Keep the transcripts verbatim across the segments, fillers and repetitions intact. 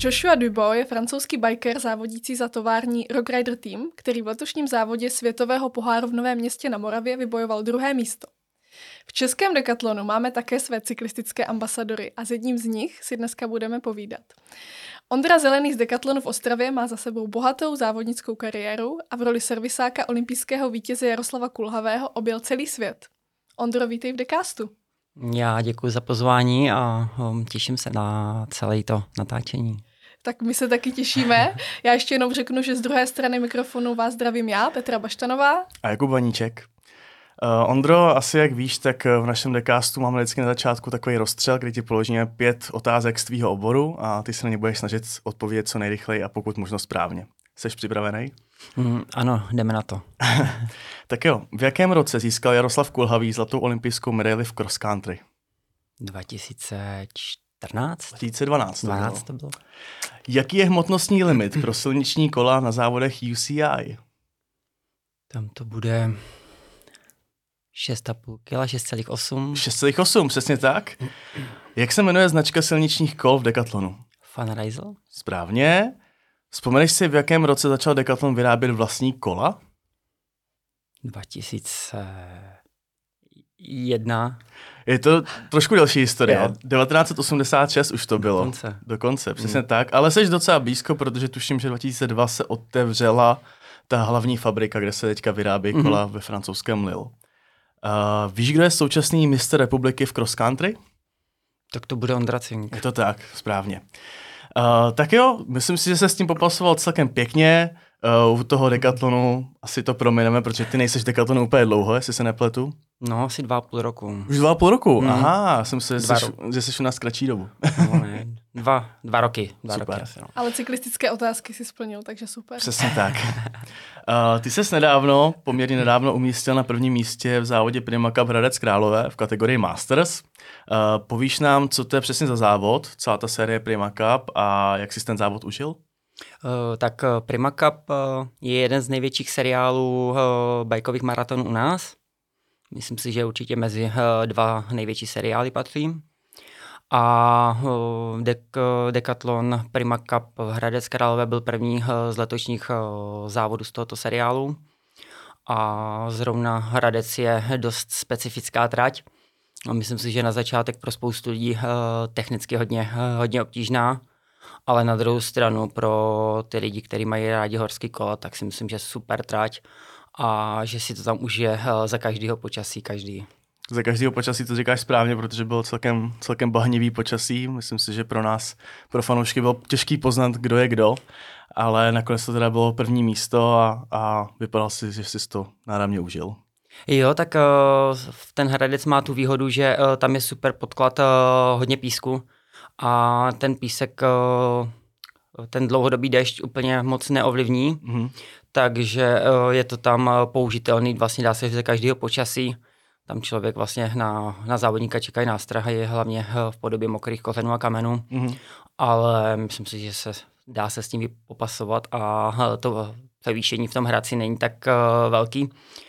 Joshua Dubois je francouzský biker závodící za tovární Rock Rider Team, který v letošním závodě světového poháru v Novém Městě na Moravě vybojoval druhé místo. V českém dekatlonu máme také své cyklistické ambasadory a s jedním z nich si dneska budeme povídat. Ondra Zelený z Decathlonu v Ostravě má za sebou bohatou závodnickou kariéru a v roli servisáka olympijského vítěze Jaroslava Kulhavého objel celý svět. Ondro, vítej v Decastu. Já děkuji za pozvání a um, těším se na celé to natáčení. Tak my se taky těšíme. Já ještě jenom řeknu, že z druhé strany mikrofonu vás zdravím já, Petra Baštanová. A Jakub Vaníček. Uh, Ondro, asi jak víš, tak v našem Decastu máme vždycky na začátku takový rozstřel, kdy ti položíme pět otázek z tvýho oboru a ty se na ně budeš snažit odpovědět co nejrychleji a pokud možno správně. Jsi připravený? Mm, ano, jdeme na to. Tak jo, v jakém roce získal Jaroslav Kulhavý zlatou olympijskou medaili v cross country? dva tisíce čtrnáct? dva tisíce dvanáct to dvanáct bylo. to bylo. Jaký je hmotnostní limit pro silniční kola na závodech U C I? Tam to bude šest celá pět kila, šest celá osm. šest celá osm, přesně tak. Jak se jmenuje značka silničních kol v Decathlonu? Funraisel? Správně. Vzpomeneš si, v jakém roce začal Decathlon vyrábět vlastní kola? dva tisíce jedna. Je to trošku delší historie. Jo. devatenáct set osmdesát šest už to bylo. Dokonce. Dokonce, přesně Mm. tak. Ale jsi docela blízko, protože tuším, že dva tisíce dva se otevřela ta hlavní fabrika, kde se teďka vyrábí Mhm. kola ve francouzském Lille. Uh, víš, kdo je současný mistr republiky v cross country? Tak to bude Ondra Ciník. Je to tak, správně. Uh, tak jo, myslím si, že se s tím popasoval celkem pěkně. Uh, u toho Decathlonu asi to promineme, protože ty nejseš v Decathlonu úplně dlouho, jestli se nepletu. No, asi dva a půl roku. Už dva a půl roku? Hmm. Aha, jsem si, že Dva jsi, že jsi u nás kratší dobu. No, ne, dva, dva roky. Dva Super. roky asi, no. Ale cyklistické otázky si splnil, takže super. Přesně tak. Uh, ty ses nedávno, poměrně nedávno umístil na prvním místě v závodě Prima Cup Hradec Králové v kategorii Masters. Uh, povíš nám, co to je přesně za závod, celá ta série Prima Cup a jak jsi ten závod užil? Uh, tak uh, Prima Cup uh, je jeden z největších seriálů uh, bajkových maratonů u nás. Myslím si, že určitě mezi uh, dva největší seriály patří. A uh, Dek, uh, Decathlon Prima Cup v Hradec Králové byl první uh, z letošních uh, závodů z tohoto seriálu. A zrovna Hradec je dost specifická trať. A myslím si, že na začátek pro spoustu lidí uh, technicky hodně, uh, hodně obtížná. Ale na druhou stranu pro ty lidi, kteří mají rádi horský kola, tak si myslím, že super trať a že si to tam užije za každého počasí každý. Za každého počasí to říkáš správně, protože bylo celkem, celkem bahnivý počasí. Myslím si, že pro nás, pro fanoušky bylo těžký poznat, kdo je kdo, ale nakonec to teda bylo první místo a, a vypadal si, že jsi to náramně užil. Jo, tak uh, ten Hradec má tu výhodu, že uh, tam je super podklad, uh, hodně písku. A ten písek, ten dlouhodobý déšť úplně moc neovlivní, mm-hmm. takže je to tam použitelný, vlastně dá se říct, ze každého počasí. Tam člověk vlastně na, na závodníka čekají nástrahy, hlavně v podobě mokrých kořenů a kamenů, mm-hmm. ale myslím si, že se dá se s tím popasovat a to převýšení v tom Hradci není tak velký.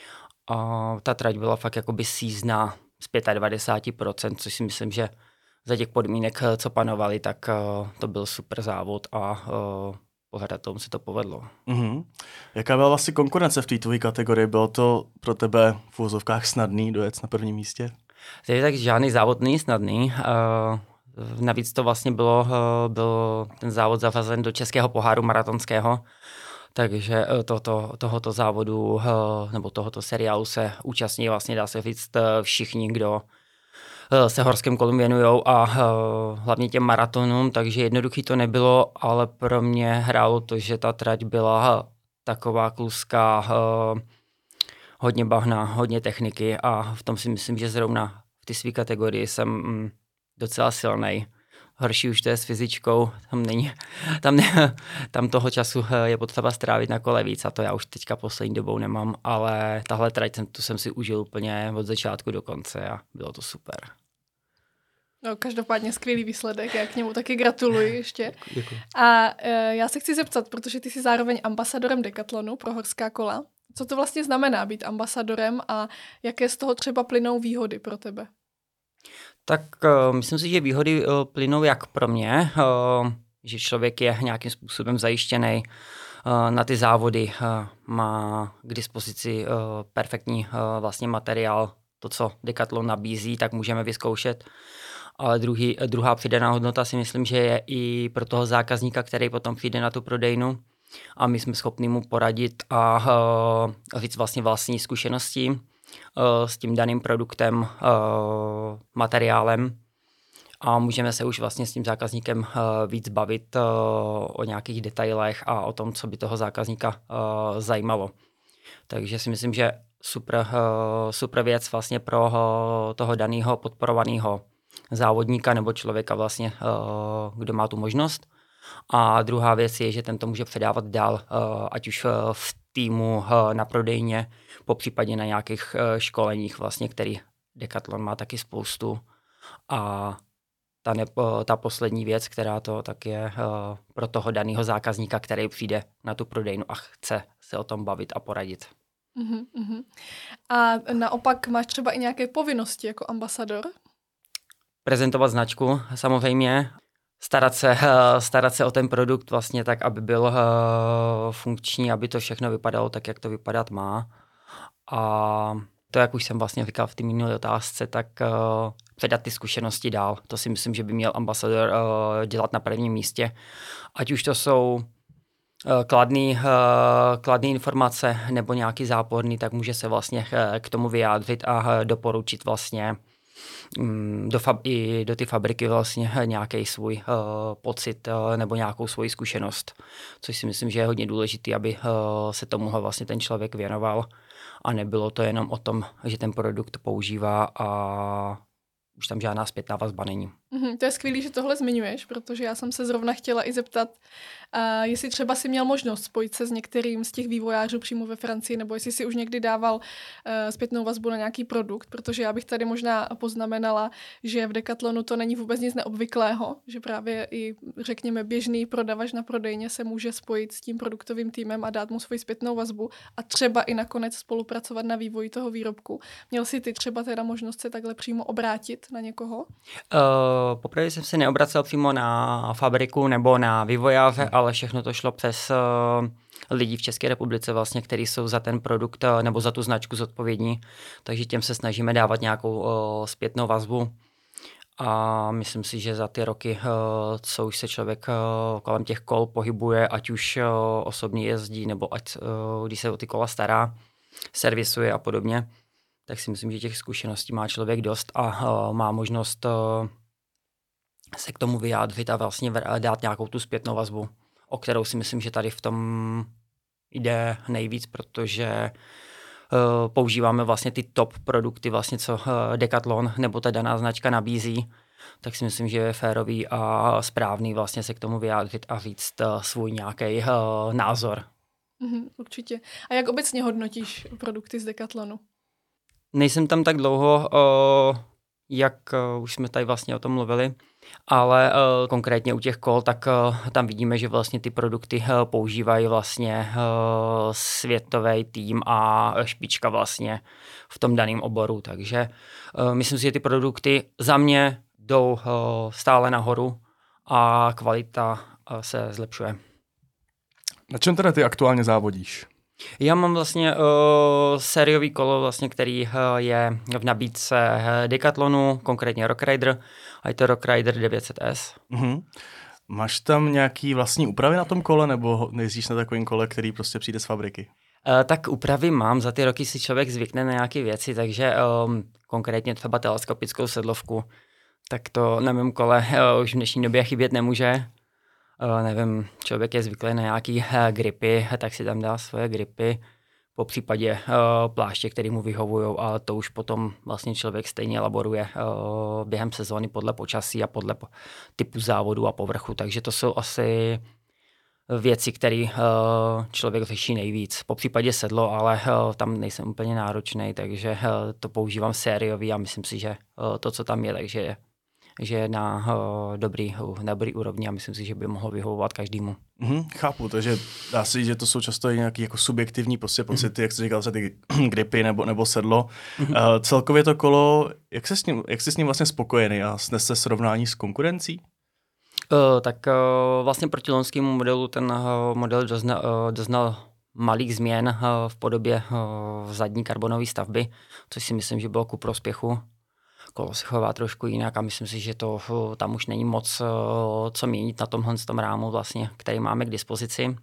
A ta trať byla fakt jakoby sízná z devadesát pět procent, což si myslím, že za těch podmínek, co panovaly, tak uh, to byl super závod a uh, pořadatelům se to povedlo. Mm-hmm. Jaká byla vlastně konkurence v té tvojí kategorii? Bylo to pro tebe v uvozovkách snadný dojet na prvním místě? Takže tak žádný závod není snadný. Uh, navíc to vlastně bylo, uh, byl ten závod zařazen do českého poháru maratonského, takže uh, to, to, tohoto závodu uh, nebo tohoto seriálu se účastní vlastně, dá se říct, všichni, kdo se horským kolům věnujou a uh, hlavně těm maratonům, takže jednoduchý to nebylo, ale pro mě hrálo to, že ta trať byla uh, taková kluská, uh, hodně bahna, hodně techniky a v tom si myslím, že zrovna v té své kategorii jsem mm, docela silnej. Horší už to je s fyzičkou, tam není, tam, ne, tam toho času je potřeba strávit na kole víc a to já už teďka poslední dobou nemám, ale tahle trať tu jsem si užil úplně od začátku do konce a bylo to super. No, každopádně skvělý výsledek, já k němu taky gratuluji ještě. Děkuji. A e, já se chci zeptat, protože ty jsi zároveň ambasadorem Decathlonu pro horská kola. Co to vlastně znamená být ambasadorem a jaké z toho třeba plynou výhody pro tebe? Tak uh, myslím si, že výhody uh, plynou jak pro mě, uh, že člověk je nějakým způsobem zajištěný na ty závody, má k dispozici perfektní vlastně materiál, to, co Decathlon nabízí, tak můžeme vyzkoušet. Ale druhý, druhá přidaná hodnota si myslím, že je i pro toho zákazníka, který potom přijde na tu prodejnu a my jsme schopni mu poradit a říct vlastně vlastní zkušenosti s tím daným produktem, materiálem. A můžeme se už vlastně s tím zákazníkem uh, víc bavit uh, o nějakých detailech a o tom, co by toho zákazníka uh, zajímalo. Takže si myslím, že super, uh, super věc vlastně pro uh, toho daného podporovaného závodníka nebo člověka vlastně, uh, kdo má tu možnost. A druhá věc je, že ten to může předávat dál, uh, ať už uh, v týmu uh, na prodejně, popřípadě na nějakých uh, školeních, vlastně, který Decathlon má taky spoustu. A Ta, ne, ta poslední věc, která to tak je uh, pro toho daného zákazníka, který přijde na tu prodejnu a chce se o tom bavit a poradit. Uh-huh, uh-huh. A naopak máš třeba i nějaké povinnosti jako ambasador? Prezentovat značku samozřejmě, starat se, uh, starat se o ten produkt vlastně tak, aby byl uh, funkční, aby to všechno vypadalo tak, jak to vypadat má. A to, jak už jsem vlastně říkal v té minulé otázce, tak uh, předat ty zkušenosti dál. To si myslím, že by měl ambasador uh, dělat na prvním místě. Ať už to jsou uh, kladný, uh, kladný informace nebo nějaký záporný, tak může se vlastně uh, k tomu vyjádřit a uh, doporučit vlastně um, do, fab- i do ty fabriky vlastně nějaký svůj uh, pocit uh, nebo nějakou svoji zkušenost. Což si myslím, že je hodně důležité, aby uh, se tomuhle vlastně ten člověk věnoval. A nebylo to jenom o tom, že ten produkt používá a už tam žádná zpětná vazba není. Mm-hmm, to je skvělý, že tohle zmiňuješ, protože já jsem se zrovna chtěla i zeptat, uh, jestli třeba si měl možnost spojit se s některým z těch vývojářů přímo ve Francii, nebo jestli si už někdy dával uh, zpětnou vazbu na nějaký produkt, protože já bych tady možná poznamenala, že v Decathlonu to není vůbec nic neobvyklého, že právě i, řekněme, běžný prodavač na prodejně se může spojit s tím produktovým týmem a dát mu svoji zpětnou vazbu a třeba i nakonec spolupracovat na vývoji toho výrobku. Měl jsi ty třeba teda možnost se takhle přímo obrátit na někoho? Uh... Poprvé jsem se neobracel přímo na fabriku nebo na vývojáře, ale všechno to šlo přes uh, lidi v České republice, vlastně, kteří jsou za ten produkt uh, nebo za tu značku zodpovědní. Takže těm se snažíme dávat nějakou uh, zpětnou vazbu. A myslím si, že za ty roky, uh, co už se člověk uh, kolem těch kol pohybuje, ať už uh, osobně jezdí, nebo ať, uh, když se o ty kola stará, servisuje a podobně, tak si myslím, že těch zkušeností má člověk dost a uh, má možnost uh, se k tomu vyjádřit a vlastně dát nějakou tu zpětnou vazbu, o kterou si myslím, že tady v tom jde nejvíc, protože uh, používáme vlastně ty top produkty, vlastně co uh, Decathlon nebo ta daná značka nabízí, tak si myslím, že je férový a správný vlastně se k tomu vyjádřit a říct uh, svůj nějaký uh, názor. Mm, určitě. A jak obecně hodnotíš produkty z Decathlonu? Nejsem tam tak dlouho, uh, jak uh, už jsme tady vlastně o tom mluvili, ale uh, konkrétně u těch kol, tak uh, tam vidíme, že vlastně ty produkty uh, používají vlastně uh, světový tým a špička vlastně v tom daném oboru, takže uh, myslím si, že ty produkty za mě jdou uh, stále nahoru a kvalita uh, se zlepšuje. Na čem teda ty aktuálně závodíš? Já mám vlastně uh, sériový kolo, vlastně, který uh, je v nabídce Decathlonu, konkrétně Rock Rider, a je to Rock Rider devět set S. Mm-hmm. Máš tam nějaký vlastní úpravy na tom kole, nebo nejezdíš na takovým kole, který prostě přijde z fabriky? Uh, tak úpravy mám, za ty roky si člověk zvykne na nějaké věci, takže um, konkrétně třeba teleskopickou sedlovku, tak to na mém kole uh, už v dnešní době chybět nemůže. Uh, nevím, člověk je zvyklý na nějaký uh, gripy, tak si tam dá svoje gripy, po případě uh, pláště, které mu vyhovují, a to už potom vlastně člověk stejně laboruje uh, během sezóny podle počasí a podle po- typu závodu a povrchu, takže to jsou asi věci, které uh, člověk řeší nejvíc. Po případě sedlo, ale uh, tam nejsem úplně náročný, takže uh, to používám sériový a myslím si, že uh, to, co tam je, takže je že je na uh, dobrý, uh, na dobrý úrovni a myslím si, že by mohlo vyhovovat každému. Mm-hmm, chápu, takže dá se říct, že to jsou často i nějaké jako subjektivní prostě pocity, mm-hmm. jak jsi říkal, se ty gripy nebo, nebo sedlo. Mm-hmm. Uh, celkově to kolo, jak jsi s ním, jak jsi s ním vlastně spokojený a snese srovnání s konkurencí? Uh, tak uh, vlastně proti loňskému modelu ten uh, model dozna, uh, doznal malých změn uh, v podobě uh, zadní karbonové stavby, což si myslím, že bylo ku prospěchu. Kolo se chová trošku jinak a myslím si, že to uh, tam už není moc uh, co měnit na tomhle tom rámu, vlastně, který máme k dispozici.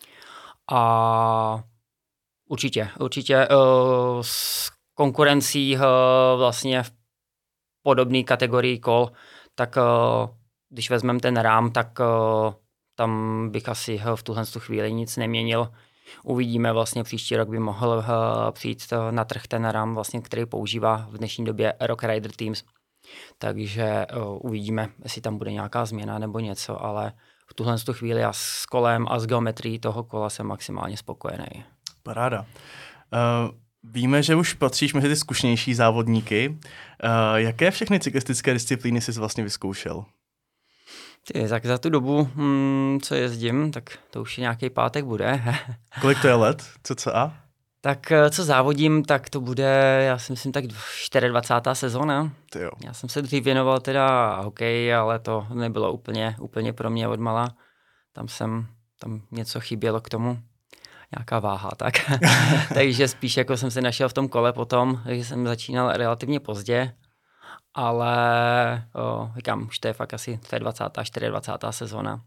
A určitě, určitě uh, s konkurencí uh, vlastně v podobné kategorii kol, tak uh, když vezmeme ten rám, tak uh, tam bych asi uh, v tuhle chvíli nic neměnil. Uvidíme, vlastně příští rok by mohl uh, přijít uh, na trh ten rám, vlastně, který používá v dnešní době Rock Rider Teams. Takže uh, uvidíme, jestli tam bude nějaká změna nebo něco, ale v tuhle chvíli já s kolem a s geometrií toho kola jsem maximálně spokojený. Paráda. Uh, víme, že už patříš mezi ty zkušenější závodníky. Uh, jaké všechny cyklistické disciplíny jsi vlastně vyzkoušel? Ty, tak za tu dobu, hmm, co jezdím, tak to už je nějaký pátek bude. Kolik to je let? cca? Tak co závodím, tak to bude, já si myslím, tak dvacátá čtvrtá sezóna. Ty jo. Já jsem se dřív věnoval teda hokeji, ale to nebylo úplně, úplně pro mě odmala. Tam jsem, tam něco chybělo k tomu. Nějaká váha, tak. Takže spíš jako jsem se našel v tom kole potom, že jsem začínal relativně pozdě, ale o, říkám, už to je fakt asi dvacátá čtvrtá dvacátá čtvrtá sezóna.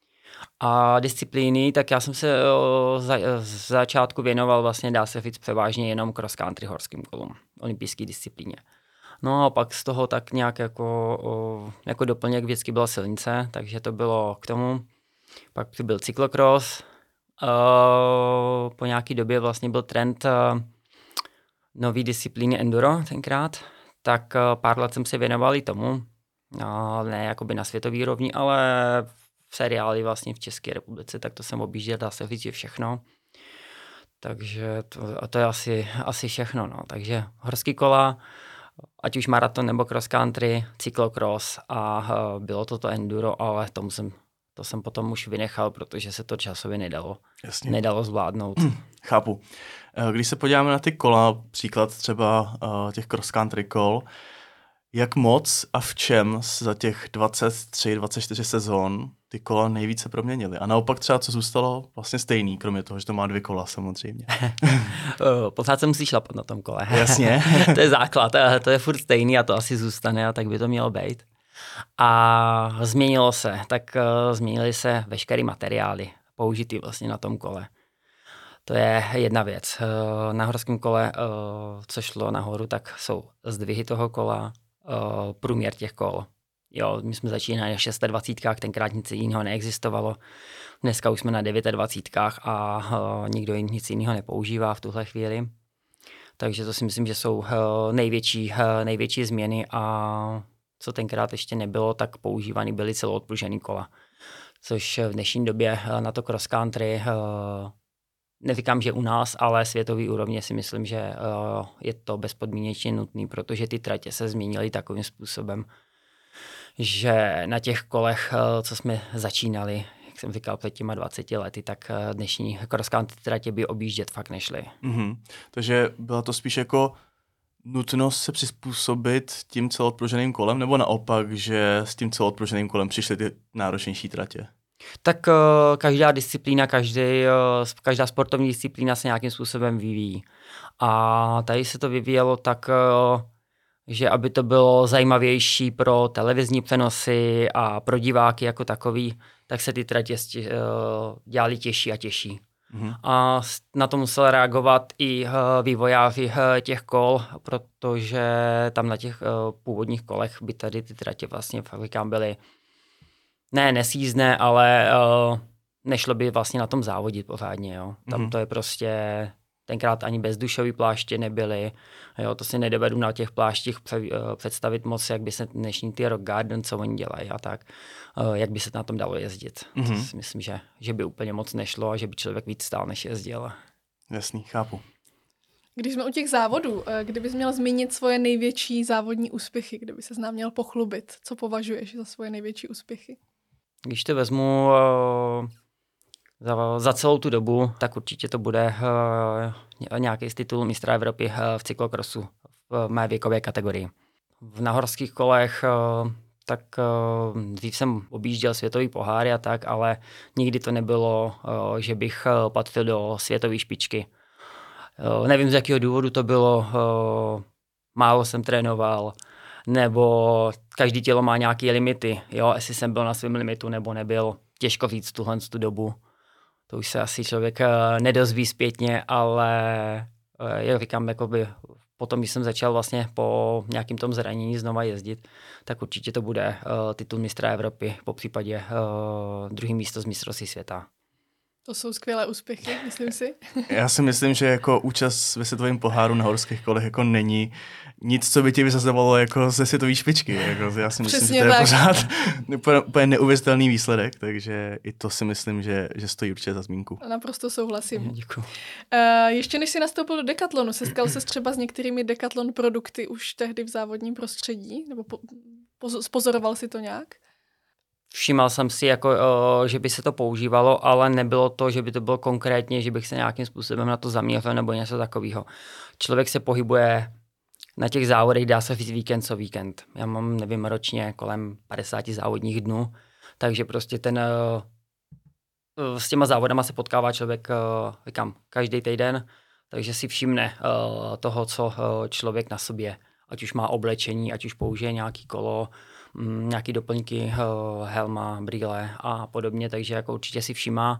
A disciplíny, tak já jsem se o, za, z začátku věnoval vlastně, dá se říct, převážně jenom cross country horským kolům, olympijské disciplíně. No a pak z toho tak nějak jako, o, jako doplněk vždycky byla silnice, takže to bylo k tomu. Pak byl cyklokros. Uh, po nějaký době vlastně byl trend uh, nový disciplíny enduro tenkrát, tak uh, pár let jsem se věnoval i tomu, uh, ne jakoby na světový úrovni, ale v seriáli vlastně v České republice, tak to jsem objížděl, dá se říct, že všechno. Takže to, a to je asi, asi všechno, no. Takže horský kola, ať už maraton nebo cross country, cyklokros a uh, bylo to to enduro, ale tomu jsem To jsem potom už vynechal, protože se to časově nedalo, Jasně. nedalo zvládnout. Chápu. Když se podíváme na ty kola, příklad třeba uh, těch cross country kol, jak moc a v čem za těch dvacet tři dvacet čtyři sezon ty kola nejvíce proměnily? A naopak třeba co zůstalo vlastně stejný, kromě toho, že to má dvě kola samozřejmě. Pořád se musí šlapat na tom kole. Jasně. To je základ, to je furt stejný a to asi zůstane a tak by to mělo být. A změnilo se, tak uh, změnily se veškeré materiály použitý vlastně na tom kole. To je jedna věc. Uh, na horském kole, uh, co šlo nahoru, tak jsou zdvihy toho kola, uh, průměr těch kol. Jo, my jsme začínali na dvacet šest, tenkrát nic jiného neexistovalo. Dneska už jsme na dvacet devět a uh, nikdo jiný nic jiného nepoužívá v tuhle chvíli. Takže to si myslím, že jsou uh, největší, uh, největší změny a co tenkrát ještě nebylo, tak používaný byly celoodpružený kola. Což v dnešní době na to cross country, neříkám, že u nás, ale světový úrovně si myslím, že je to bezpodmínečně nutný, protože ty tratě se změnily takovým způsobem, že na těch kolech, co jsme začínali, jak jsem říkal, před těma dvaceti lety, tak dnešní cross country tratě by objíždět fakt nešly. Mm-hmm. Takže byla to spíš jako nutnost se přizpůsobit tím celoodpruženým kolem, nebo naopak, že s tím celoodpruženým kolem přišly ty náročnější tratě? Tak uh, každá disciplína, každý, uh, každá sportovní disciplína se nějakým způsobem vyvíjí. A tady se to vyvíjelo tak, uh, že aby to bylo zajímavější pro televizní přenosy a pro diváky jako takový, tak se ty tratě uh, dělaly těžší a těžší. Mm-hmm. A na to musel reagovat i uh, vývojáři uh, těch kol, protože tam na těch uh, původních kolech by tady ty tratě vlastně fabrikám byly ne nesjízdné, ale uh, nešlo by vlastně na tom závodit pořádně. Jo. Tam mm-hmm. to je prostě, tenkrát ani bezdušový pláště nebyly, jo, to si nedovedu na těch pláštích představit moc, jak by se dnešní ty Rock Garden, co oni dělají a tak, uh, jak by se na tom dalo jezdit. Mm-hmm. To si myslím, že, že by úplně moc nešlo a že by člověk víc stál, než jezdil. Jasný, chápu. Když jsme u těch závodů, kdybys měl zmínit svoje největší závodní úspěchy, kdyby ses nám měl pochlubit, co považuješ za svoje největší úspěchy? Když to vezmu uh, za, za celou tu dobu, tak určitě to bude uh, nějaký z titulů mistra Evropy uh, v cyklokrosu v mé věkové kategorii. V nahorských kolech uh, tak uh, dřív jsem objížděl světový poháry a tak, ale nikdy to nebylo, uh, že bych uh, patřil do světové špičky. Uh, nevím, z jakého důvodu to bylo, uh, málo jsem trénoval, nebo každý tělo má nějaké limity, jo, jestli jsem byl na svém limitu nebo nebyl, těžko říct tuhle tu dobu. To už se asi člověk uh, nedozví zpětně, ale uh, jak říkám, jakoby potom, když jsem začal vlastně po nějakým tom zranění znova jezdit, tak určitě to bude uh, titul mistra Evropy, po případě uh, druhý místo z mistrovství světa. To jsou skvělé úspěchy, myslím si. Já si myslím, že jako účast ve světovém poháru na horských kolech jako není nic, co by tě vyzazovalo jako ze světové špičky. Jako, já si myslím, Přesně že to je tak. pořád úplně, úplně neuvěřitelný výsledek, takže i to si myslím, že, že stojí určitě za zmínku. Naprosto souhlasím. Děkuji. Uh, ještě než jsi nastoupil do Decathlonu, setkal ses třeba s některými Decathlon produkty už tehdy v závodním prostředí? Nebo po, po, spozoroval si to nějak? Všímal jsem si, jako, o, že by se to používalo, ale nebylo to, že by to bylo konkrétně, že bych se nějakým způsobem na to zaměřil nebo něco takového. Člověk se pohybuje na těch závodech, dá se říct víkend co víkend. Já mám, nevím, ročně kolem padesát závodních dnů, takže prostě ten o, s těma závodama se potkává člověk, o, říkám, každý týden, takže si všimne o, toho, co o, člověk na sobě, ať už má oblečení, ať už použije nějaký kolo, nějaký doplňky, helma, brýle a podobně, takže jako určitě si všímá,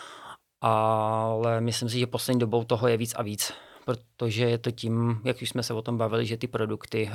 ale myslím si, že poslední dobou toho je víc a víc, protože je to tím, jak už jsme se o tom bavili, že ty produkty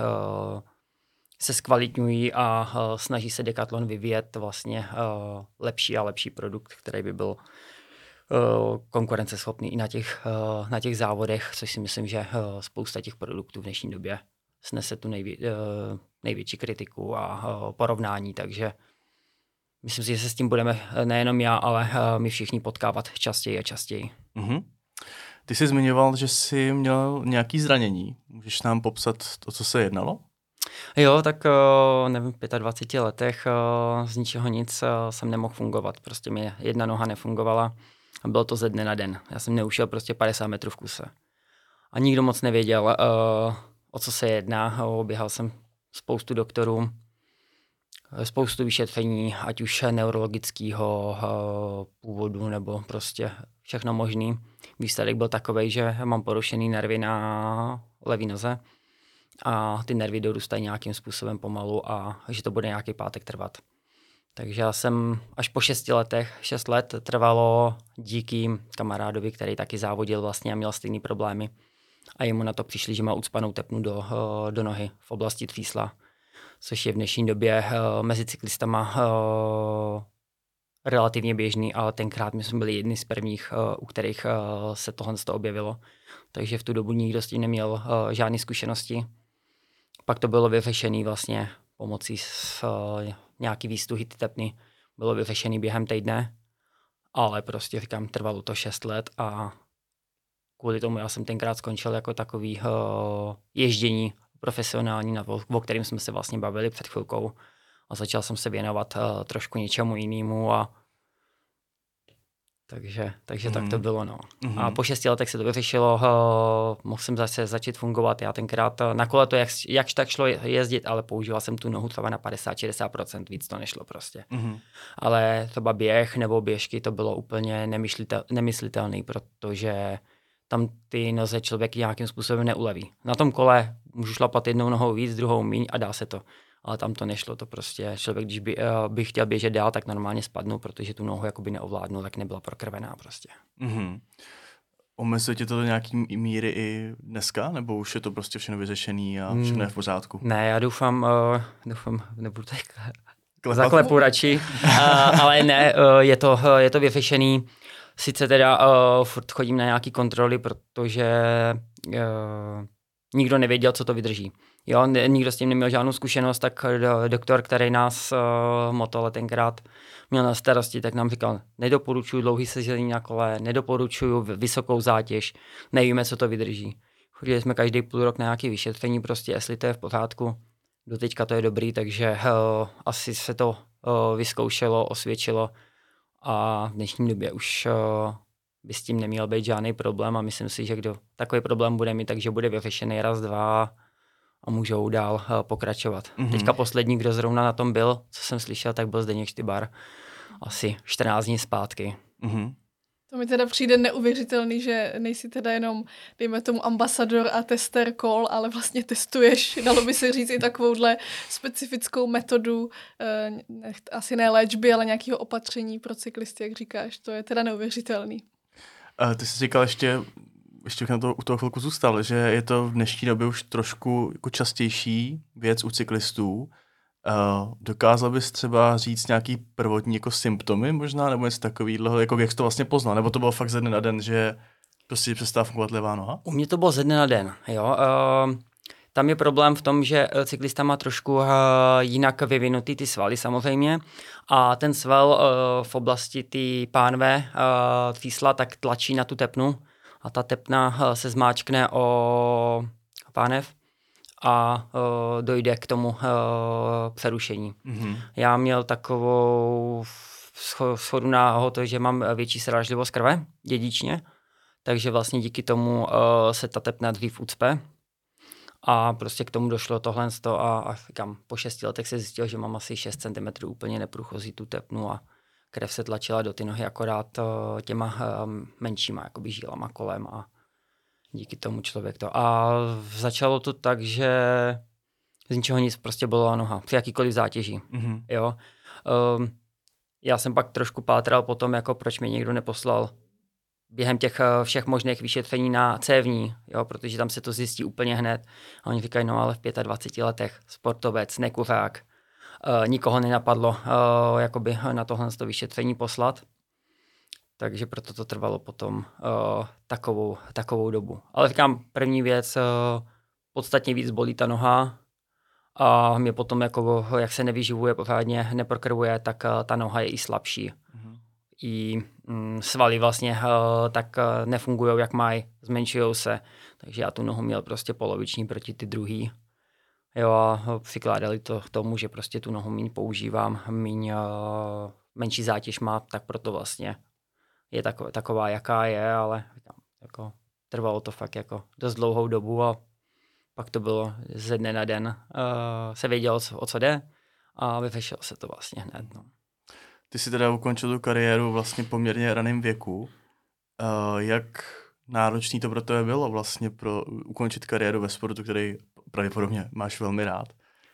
se zkvalitňují a snaží se Decathlon vyvíjet vlastně lepší a lepší produkt, který by byl konkurenceschopný i na těch, na těch závodech, což si myslím, že spousta těch produktů v dnešní době snese tu nejvě, největší kritiku a porovnání, takže myslím si, že se s tím budeme nejenom já, ale my všichni potkávat častěji a častěji. Mm-hmm. Ty jsi zmiňoval, že jsi měl nějaké zranění. Můžeš nám popsat to, co se jednalo? Jo, tak nevím, v dvaceti pěti letech z ničeho nic jsem nemohl fungovat. Prostě mi jedna noha nefungovala a bylo to ze dne na den. Já jsem neušel prostě padesát metrů v kuse. A nikdo moc nevěděl, o co se jedná. Oběhal jsem spoustu doktorů, spoustu vyšetření, ať už neurologického původu nebo prostě všechno možný. Výsledek byl takovej, že mám porušený nervy na levé noze a ty nervy dorůstají nějakým způsobem pomalu a že to bude nějaký pátek trvat. Takže já jsem až po šesti letech, šest let trvalo díky kamarádovi, který taky závodil vlastně a měl stejný problémy. A jemu na to přišli, že má ucpanou tepnu do, do nohy v oblasti třísla, což je v dnešní době uh, mezi cyklistama uh, relativně běžný, ale tenkrát my jsme byli jedni z prvních, uh, u kterých uh, se tohle objevilo. Takže v tu dobu nikdo s tím neměl uh, žádné zkušenosti. Pak to bylo vyřešené vlastně pomocí s, uh, nějaký výstuhy ty tepny. Bylo vyřešené během týdne, ale prostě říkám, trvalo to šest let a kvůli tomu já jsem tenkrát skončil jako takový uh, ježdění profesionální, na, o kterém jsme se vlastně bavili před chvilkou a začal jsem se věnovat uh, trošku něčemu jinému a takže, takže mm. tak to bylo. No. Mm. A po šesti letech se to vyřešilo, uh, mohl jsem zase začít fungovat. Já tenkrát uh, na kole to jak, jakž tak šlo jezdit, ale používal jsem tu nohu třeba na padesát až šedesát procent, víc to nešlo prostě. Mm. Ale třeba běh nebo běžky to bylo úplně nemyšlitel, nemyslitelný, protože tam ty noze člověk nějakým způsobem neuleví. Na tom kole můžu šlapat jednou nohou víc, druhou míň a dá se to. Ale tam to nešlo, to prostě člověk, když by, uh, by chtěl běžet dál, tak normálně spadnu, protože tu nohu jakoby neovládnu, tak nebyla prokrvená prostě. Mm-hmm. Omezuje tě to do nějaký míry i dneska, nebo už je to prostě všechno vyřešený a všechno je v pořádku? Ne, já doufám, uh, doufám, nebudu tak zaklepu radši, uh, ale ne, uh, je to, uh, je to vyřešený. Sice teda uh, furt chodím na nějaký kontroly, protože uh, nikdo nevěděl, co to vydrží. Jo, nikdo s tím neměl žádnou zkušenost, tak doktor, který nás uh, motole tenkrát měl na starosti, tak nám říkal, nedoporučuju dlouhý sezení na kole, nedoporučuju vysokou zátěž, nevíme, co to vydrží. Chodili jsme každý půl rok na nějaké vyšetření, prostě jestli to je v pořádku. Doteďka to je dobrý, takže uh, asi se to uh, vyzkoušelo, osvědčilo a v dnešní době už uh, by s tím neměl být žádný problém a myslím si, že kdo takový problém bude mít, takže bude vyřešený raz, dva a můžou dál uh, pokračovat. Mm-hmm. Teďka poslední, kdo zrovna na tom byl, co jsem slyšel, tak byl Zdeněk Štybar. Asi čtrnáct dní zpátky. Mm-hmm. To mi teda přijde neuvěřitelný, že nejsi teda jenom, dejme tomu, ambasador a tester kol, ale vlastně testuješ, dalo by se říct, i takovouhle specifickou metodu, eh, asi ne léčby, ale nějakého opatření pro cyklisty, jak říkáš. To je teda neuvěřitelný. A ty jsi říkal ještě, ještě na to, u toho chvilku zůstal, že je to v dnešní době už trošku jako častější věc u cyklistů. Uh, dokázal bys třeba říct nějaký prvotní jako symptomy možná, nebo něco takového, jako jak jsi to vlastně poznal, nebo to bylo fakt ze dne na den, že prostě přestává fungovat levá noha? U mě to bylo ze dne na den, jo. Uh, tam je problém v tom, že cyklista má trošku uh, jinak vyvinutý ty svaly samozřejmě a ten sval uh, v oblasti ty pánve uh, tvísla tak tlačí na tu tepnu a ta tepna uh, se zmáčkne o pánev a uh, dojde k tomu uh, přerušení. Mm-hmm. Já měl takovou shodu náhod, že mám větší srážlivost krve dědičně, takže vlastně díky tomu uh, se ta tepna dřív ucpe a prostě k tomu došlo tohle a, a říkám, po šesti letech se zjistil, že mám asi šest centimetrů úplně neprůchozí tu tepnu a krev se tlačila do ty nohy akorát uh, těma uh, menšíma jakoby žílama kolem a díky tomu člověk to. A začalo to tak, že z ničeho nic prostě bolela noha, při jakýkoliv zátěží. Mm-hmm. Jo. Um, já jsem pak trošku pátral po tom, jako proč mě někdo neposlal během těch všech možných vyšetření na cévní, jo, protože tam se to zjistí úplně hned. A oni říkají, no ale v dvaceti pěti letech sportovec, nekuřák, uh, nikoho nenapadlo uh, jakoby na tohle to vyšetření poslat. Takže proto to trvalo potom uh, takovou, takovou dobu. Ale říkám, první věc, uh, podstatně víc bolí ta noha a mě potom, jako, jak se nevyživuje pořádně, neprokrvuje, tak uh, ta noha je i slabší. Mm-hmm. I mm, svaly vlastně uh, tak uh, nefungují, jak mají, zmenšují se. Takže já tu nohu měl prostě poloviční proti ty druhý. Jo, a přikládali to k tomu, že prostě tu nohu míň používám, míň, uh, menší zátěž má, tak proto vlastně je taková, taková, jaká je, ale jako, trvalo to fakt jako dost dlouhou dobu a pak to bylo ze dne na den. Uh, se vědělo, co, o co jde a vyřešilo se to vlastně hned. No. Ty jsi teda ukončil tu kariéru vlastně poměrně raném věku. Uh, jak náročný to pro tebe bylo vlastně pro ukončit kariéru ve sportu, který pravděpodobně máš velmi rád?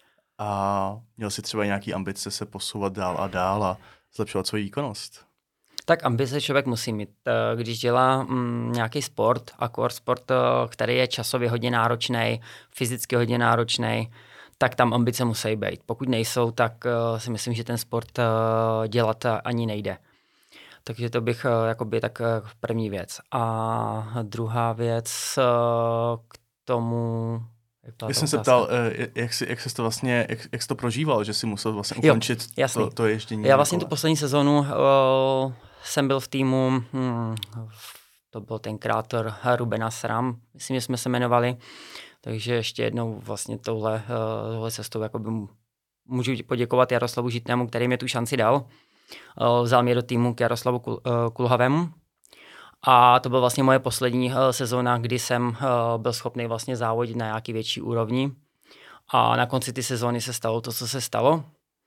A měl jsi třeba nějaký ambice se posouvat dál a dál a zlepšovat svoji výkonnost? Tak ambice člověk musí mít. Když dělá mm, nějaký sport, akor sport, který je časově hodně náročný, fyzicky hodně náročný, tak tam ambice musí být. Pokud nejsou, tak uh, si myslím, že ten sport uh, dělat ani nejde. Takže to bych uh, jakoby tak uh, první věc. A druhá věc uh, k tomu... Já jsem se ptal, jak jsi, jak jsi to vlastně, jak, jak jsi to prožíval, že jsi musel vlastně ukončit jo, to, to ježdění. Já vlastně tu poslední sezónu uh, jsem byl v týmu, hmm, to byl tenkrát Rubena Sram, myslím, že jsme se jmenovali, takže ještě jednou vlastně touhle, uh, touhle cestou jakoby můžu poděkovat Jaroslavu Žitnému, který mě tu šanci dal. Uh, vzal mě do týmu k Jaroslavu Kul, uh, Kulhavému. A to byla vlastně moje poslední uh, sezóna, kdy jsem uh, byl schopný vlastně závodit na nějaký větší úrovni. A na konci ty sezóny se stalo to, co se stalo.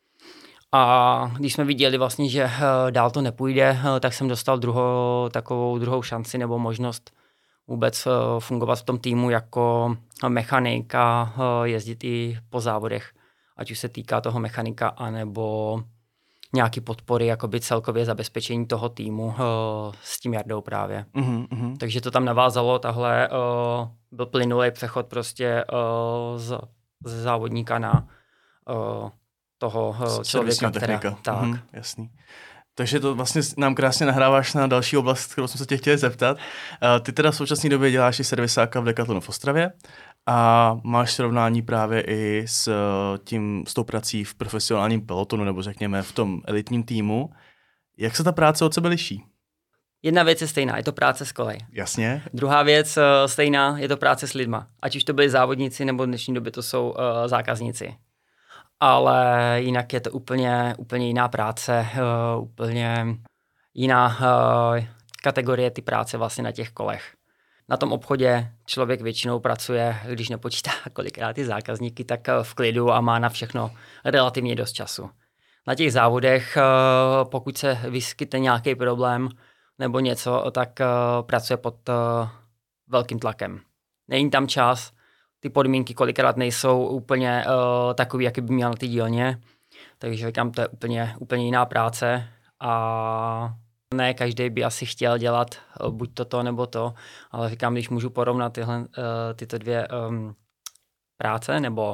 A když jsme viděli vlastně, že uh, dál to nepůjde, uh, tak jsem dostal druhou, takovou druhou šanci nebo možnost vůbec uh, fungovat v tom týmu jako mechanik a uh, jezdit i po závodech. Ať už se týká toho mechanika, anebo nějaký podpory, jakoby celkově zabezpečení toho týmu uh, s tím Jardou právě. Mm-hmm, mm-hmm. Takže to tam navázalo, tahle uh, byl plynulý přechod prostě uh, z, z závodníka na uh, toho uh, člověka, která... Tak. Mm-hmm, jasný. Takže to vlastně nám krásně nahráváš na další oblast, kterou jsem se tě chtěl zeptat. Uh, ty teda v současné době děláš i servisáka v Decathlonu v Ostravě a máš srovnání právě i s tím, s tou prací v profesionálním pelotonu, nebo řekněme v tom elitním týmu. Jak se ta práce od sebe liší? Jedna věc je stejná, je to práce s kolej. Jasně. Druhá věc stejná, je to práce s lidma. Ať už to byli závodníci, nebo v dnešní době to jsou uh, zákazníci. Ale jinak je to úplně, úplně jiná práce, uh, úplně jiná uh, kategorie ty práce vlastně na těch kolech. Na tom obchodě člověk většinou pracuje, když nepočítá kolikrát ty zákazníky, tak v klidu a má na všechno relativně dost času. Na těch závodech, pokud se vyskytne nějaký problém nebo něco, tak pracuje pod velkým tlakem. Není tam čas, ty podmínky kolikrát nejsou úplně takový, jaký by měl na ty dílně, takže říkám, to je úplně, úplně jiná práce a ne každý by asi chtěl dělat buď toto nebo to, ale říkám, když můžu porovnat tyhle, tyto dvě um, práce, nebo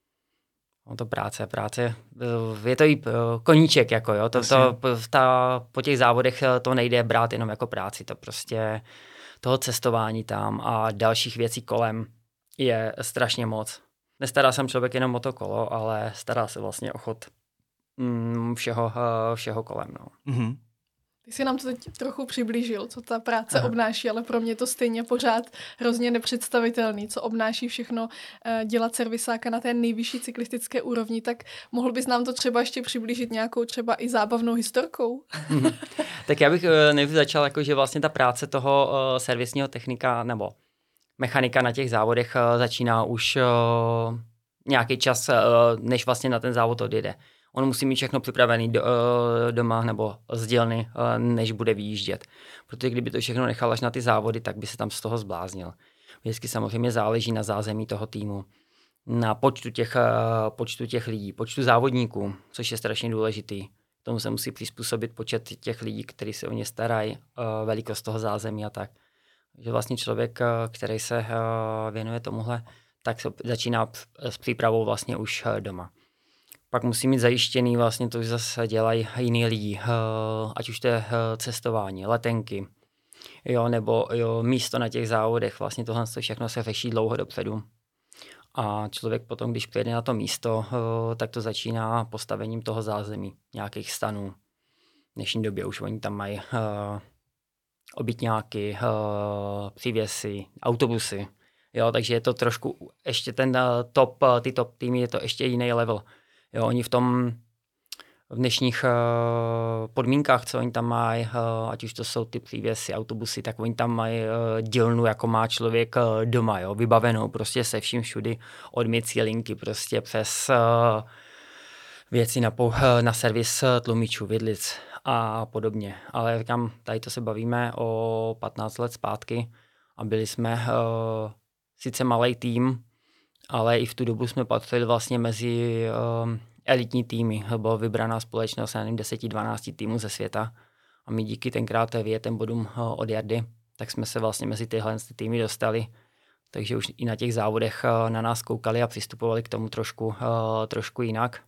no to práce, práce, je to i koníček, jako jo, to, to, ta, po těch závodech to nejde brát jenom jako práci, to prostě toho cestování tam a dalších věcí kolem je strašně moc. Nestará se člověk jenom o to kolo, ale stará se vlastně o chod mm, všeho, všeho kolem, no. Mm-hmm. Ty jsi nám to teď trochu přiblížil, co ta práce Aha. obnáší, ale pro mě to stejně pořád hrozně nepředstavitelný, co obnáší všechno dělat servisáka na té nejvyšší cyklistické úrovni, tak mohl bys nám to třeba ještě přiblížit nějakou třeba i zábavnou historkou? Hmm. Tak já bych nejvíc začal, jako, že vlastně ta práce toho uh, servisního technika nebo mechanika na těch závodech uh, začíná už uh, nějaký čas, uh, než vlastně na ten závod odjede. On musí mít všechno připravený do, doma nebo z dílny, než bude vyjíždět. Protože kdyby to všechno nechal až na ty závody, tak by se tam z toho zbláznil. Vždycky samozřejmě záleží na zázemí toho týmu, na počtu těch, počtu těch lidí, počtu závodníků, což je strašně důležitý. K tomu se musí přizpůsobit počet těch lidí, kteří se o ně starají, velikost toho zázemí a tak. Že vlastně člověk, který se věnuje tomuhle, tak se začíná s přípravou vlastně už doma. Pak musí mít zajištěný vlastně to, že zase dělají jiný lidi, ať už to je cestování, letenky, jo, nebo jo, místo na těch závodech. Vlastně tohle všechno se řeší dlouho dopředu. A člověk potom, když přijede na to místo, tak to začíná postavením toho zázemí, nějakých stanů. V dnešní době už oni tam mají obytňáky, přívěsy, autobusy. Jo, takže je to trošku, ještě ten top, ty top týmy, je to ještě jiný level. Jo, oni v tom v dnešních uh, podmínkách, co oni tam mají, uh, ať už to jsou ty přívěsy, autobusy, tak oni tam mají uh, dílnu, jako má člověk uh, doma, jo, vybavenou prostě se vším všudy, od mycí linky prostě přes uh, věci na, uh, na servis tlumičů, vidlic a podobně. Ale říkám, tady to se bavíme o patnáct let zpátky a byli jsme uh, sice malej tým, ale i v tu dobu jsme patřili vlastně mezi um, elitní týmy. Byla vybraná společnost, já nevím, deset dvanáct týmů ze světa. A my díky tenkrát vyjetem bodům uh, od Jardy, tak jsme se vlastně mezi tyhle týmy dostali. Takže už i na těch závodech uh, na nás koukali a přistupovali k tomu trošku, uh, trošku jinak.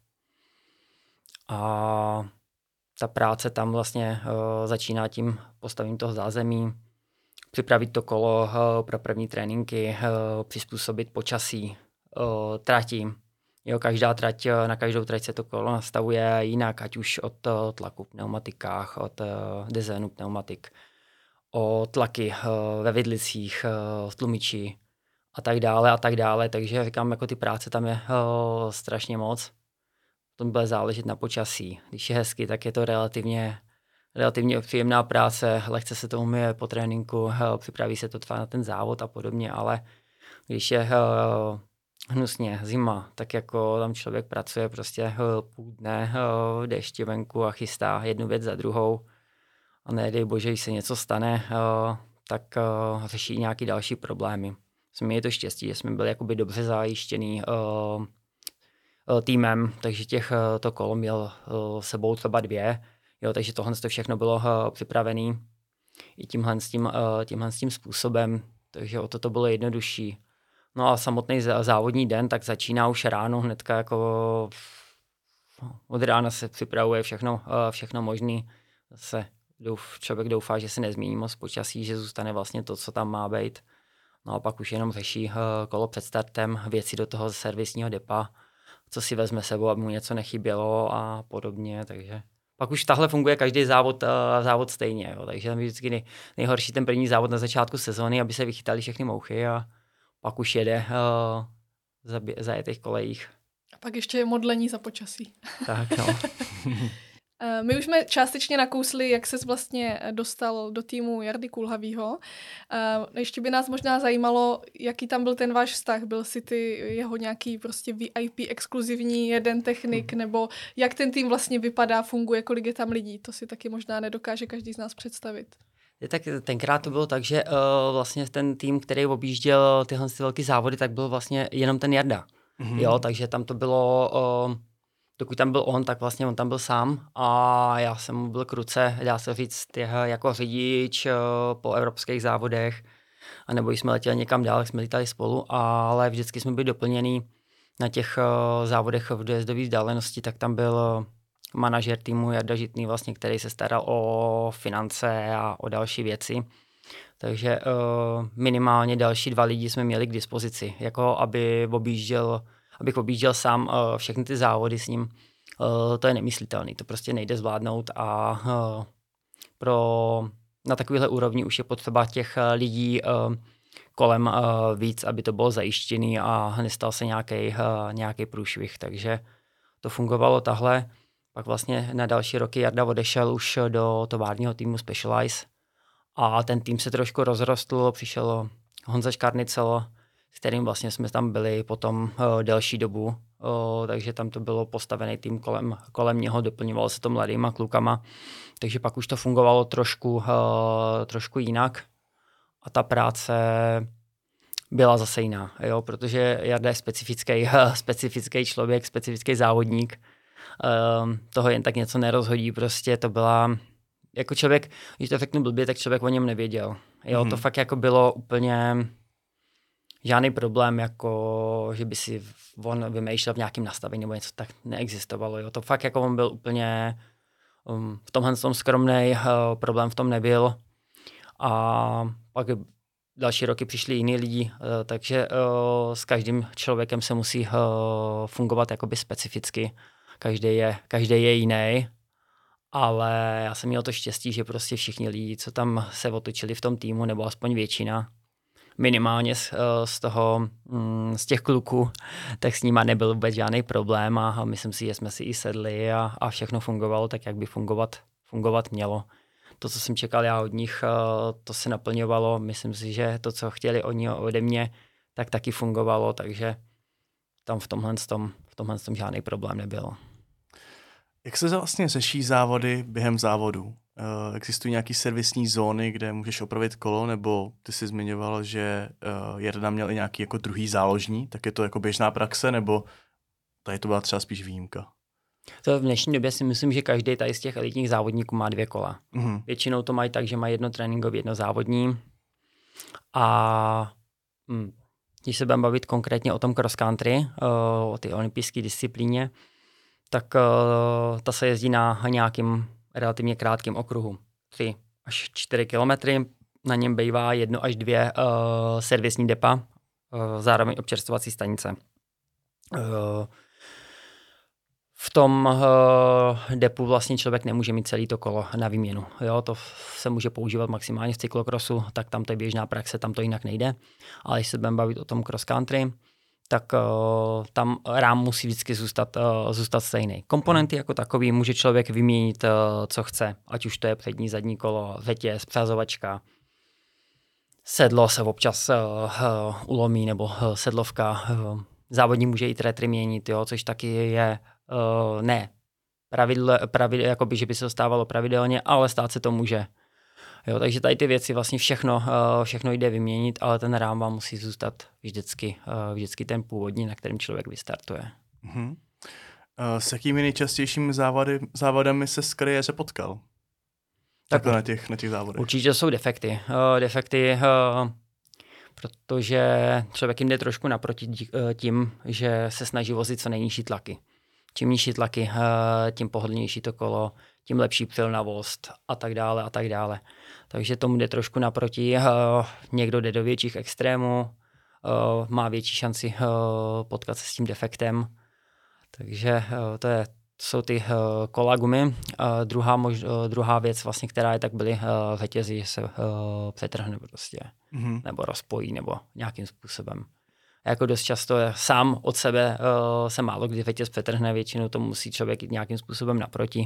A ta práce tam vlastně uh, začíná tím postavím toho zázemí, připravit to kolo uh, pro první tréninky, uh, přizpůsobit počasí, uh, tratím. Jo, každá trať, na každou trať se to kolo nastavuje jinak, ať už od uh, tlaku v pneumatikách, od uh, designu pneumatik, o tlaky uh, ve vidlicích, uh, v tlumiči a tak dále a tak dále. Takže říkám, jako ty práce tam je uh, strašně moc. To bude záležet na počasí. Když je hezky, tak je to relativně relativně příjemná práce, lehce se to umyje po tréninku, připraví se to třeba na ten závod a podobně, ale když je uh, hnusně zima, tak jako tam člověk pracuje prostě uh, půl dne uh, v dešti venku a chystá jednu věc za druhou a nedej bože, když se něco stane, uh, tak uh, řeší nějaký další problémy. Jsme je to štěstí, že jsme byli jakoby dobře zajištěný uh, týmem, takže těch uh, to kolo měl uh, sebou třeba dvě. Jo, takže tohle to všechno bylo uh, připravené i tímhle, s tím, uh, tímhle s tím způsobem, takže o to to bylo jednodušší. No a samotný závodní den tak začíná už ráno, hnedka jako od rána se připravuje všechno, uh, všechno možný. Zase douf, člověk doufá, že se nezmění moc počasí, že zůstane vlastně to, co tam má být. No a pak už jenom řeší uh, kolo před startem, věci do toho servisního depa, co si vezme sebou, aby mu něco nechybělo a podobně, takže pak už tahle funguje každý závod, uh, závod stejně, jo. Takže tam je vždycky nej, nejhorší ten první závod na začátku sezóny, aby se vychytali všechny mouchy a pak už jede uh, za, za těch kolejích. A pak ještě je modlení za počasí. Tak, no. My už jsme částečně nakousli, jak ses vlastně dostal do týmu Jardy Kulhavýho. Ještě by nás možná zajímalo, jaký tam byl ten váš vztah. Byl si ty jeho nějaký prostě V I P exkluzivní jeden technik, nebo jak ten tým vlastně vypadá, funguje, kolik je tam lidí? To si taky možná nedokáže každý z nás představit. Je tak tenkrát to bylo tak, že uh, vlastně ten tým, který objížděl tyhle velké závody, tak byl vlastně jenom ten Jarda. Mm-hmm. Jo, takže tam to bylo... Uh, Dokud tam byl on, tak vlastně on tam byl sám a já jsem mu byl k ruce, dá se říct, jako řidič po evropských závodech, anebo když jsme letěli někam dál, jsme letali spolu, ale vždycky jsme byli doplněný na těch závodech v dojezdové vzdálenosti, tak tam byl manažer týmu Jarda Žitný, vlastně, který se staral o finance a o další věci. Takže minimálně další dva lidi jsme měli k dispozici, jako aby objížděl abych objížděl sám uh, všechny ty závody s ním, uh, to je nemyslitelný, to prostě nejde zvládnout a uh, pro, na takovéhle úrovni už je potřeba těch uh, lidí uh, kolem uh, víc, aby to bylo zajištěný a nestal se nějaký uh, nějaký průšvih, takže to fungovalo tahle. Pak vlastně na další roky Jarda odešel už do továrního týmu Specialized a ten tým se trošku rozrostl, přišel Honza Škarnicel, s kterým vlastně jsme tam byli potom uh, delší dobu, uh, takže tam to bylo postavený tým kolem, kolem něho, doplňovalo se to mladýma klukama, takže pak už to fungovalo trošku, uh, trošku jinak a ta práce byla zase jiná, jo, protože Jarda je specifický, uh, specifický člověk, specifický závodník, uh, toho jen tak něco nerozhodí, prostě to byla, jako člověk, když to řeknu blbě, tak člověk o něm nevěděl, jo, mm. to fakt jako bylo úplně... Žádný problém, jako že by si on vymýšlel v nějakém nastavení nebo něco, tak neexistovalo. Jo. To fakt jako on byl úplně um, v tomhle tom skromnej, uh, problém v tom nebyl. A pak další roky přišli jiní lidi, uh, takže uh, s každým člověkem se musí uh, fungovat jakoby specificky. Každý je, každý je jiný, ale já jsem měl to štěstí, že prostě všichni lidi, co tam se otočili v tom týmu, nebo aspoň většina, minimálně z, z toho, z těch kluků, tak s nima nebyl vůbec žádný problém a myslím si, že jsme si i sedli a, a všechno fungovalo tak, jak by fungovat, fungovat mělo. To, co jsem čekal já od nich, to se naplňovalo. Myslím si, že to, co chtěli oni ode mě, tak taky fungovalo, takže tam v tomhle, tom, v tomhle tom žádný problém nebyl. Jak se vlastně řeší závody během závodu? Uh, existují nějaké servisní zóny, kde můžeš opravit kolo, nebo ty jsi zmiňoval, že uh, Jarda měl i nějaký jako druhý záložní, tak je to jako běžná praxe, nebo tady to byla třeba spíš výjimka? To v dnešní době si myslím, že každý tady z těch elitních závodníků má dvě kola. Mm-hmm. Většinou to mají tak, že mají jedno tréninkové, jedno závodní. A hm, když se budeme bavit konkrétně o tom cross country, uh, o té olympijské disciplíně, tak uh, ta se jezdí na nějakým relativně krátkém okruhu. tři až čtyři kilometry. Na něm bývá jedno až dvě uh, servisní depa, uh, zároveň občerstvovací stanice. Uh, v tom uh, depu vlastně člověk nemůže mít celý to kolo na výměnu. Jo, to se může používat maximálně v cyklokrosu, tak tam to je běžná praxe, tam to jinak nejde. Ale když se budeme bavit o tom cross country, tak uh, tam rám musí vždycky zůstat, uh, zůstat stejný. Komponenty jako takový může člověk vyměnit, uh, co chce, ať už to je přední, zadní kolo, řetěz, přehazovačka. Sedlo se občas uh, uh, ulomí, nebo uh, sedlovka. Uh, závodník může i tretry měnit, jo, což taky je uh, ne pravidle, pravidle, jakoby, že by se to stávalo pravidelně, ale stát se to může. Jo, takže tady ty věci vlastně všechno, všechno jde vyměnit, ale ten rám vám musí zůstat vždycky, vždycky ten původní, na kterém člověk vystartuje. Uh-huh. S jakými nejčastějšími závody, závodami se z kariéře potkal? Tak na těch, na těch závodech. Určitě jsou defekty. Defekty, protože člověk jim jde trošku naproti tím, že se snaží vozit co nejnižší tlaky. Čím nižší tlaky, tím pohodlnější to kolo, tím lepší přilnavost a tak dále a tak dále. Takže tomu jde trošku naproti. Někdo jde do větších extrémů, má větší šanci potkat se s tím defektem. Takže to, je, to jsou ty kola gumy. Druhá, mož, druhá věc, vlastně, která je, tak byly řetězy, že se přetrhne prostě, mm-hmm. nebo rozpojí, nebo nějakým způsobem. Jako dost často sám od sebe uh, se málo kdy řetěz přetrhne, většinou to musí člověk jít nějakým způsobem naproti.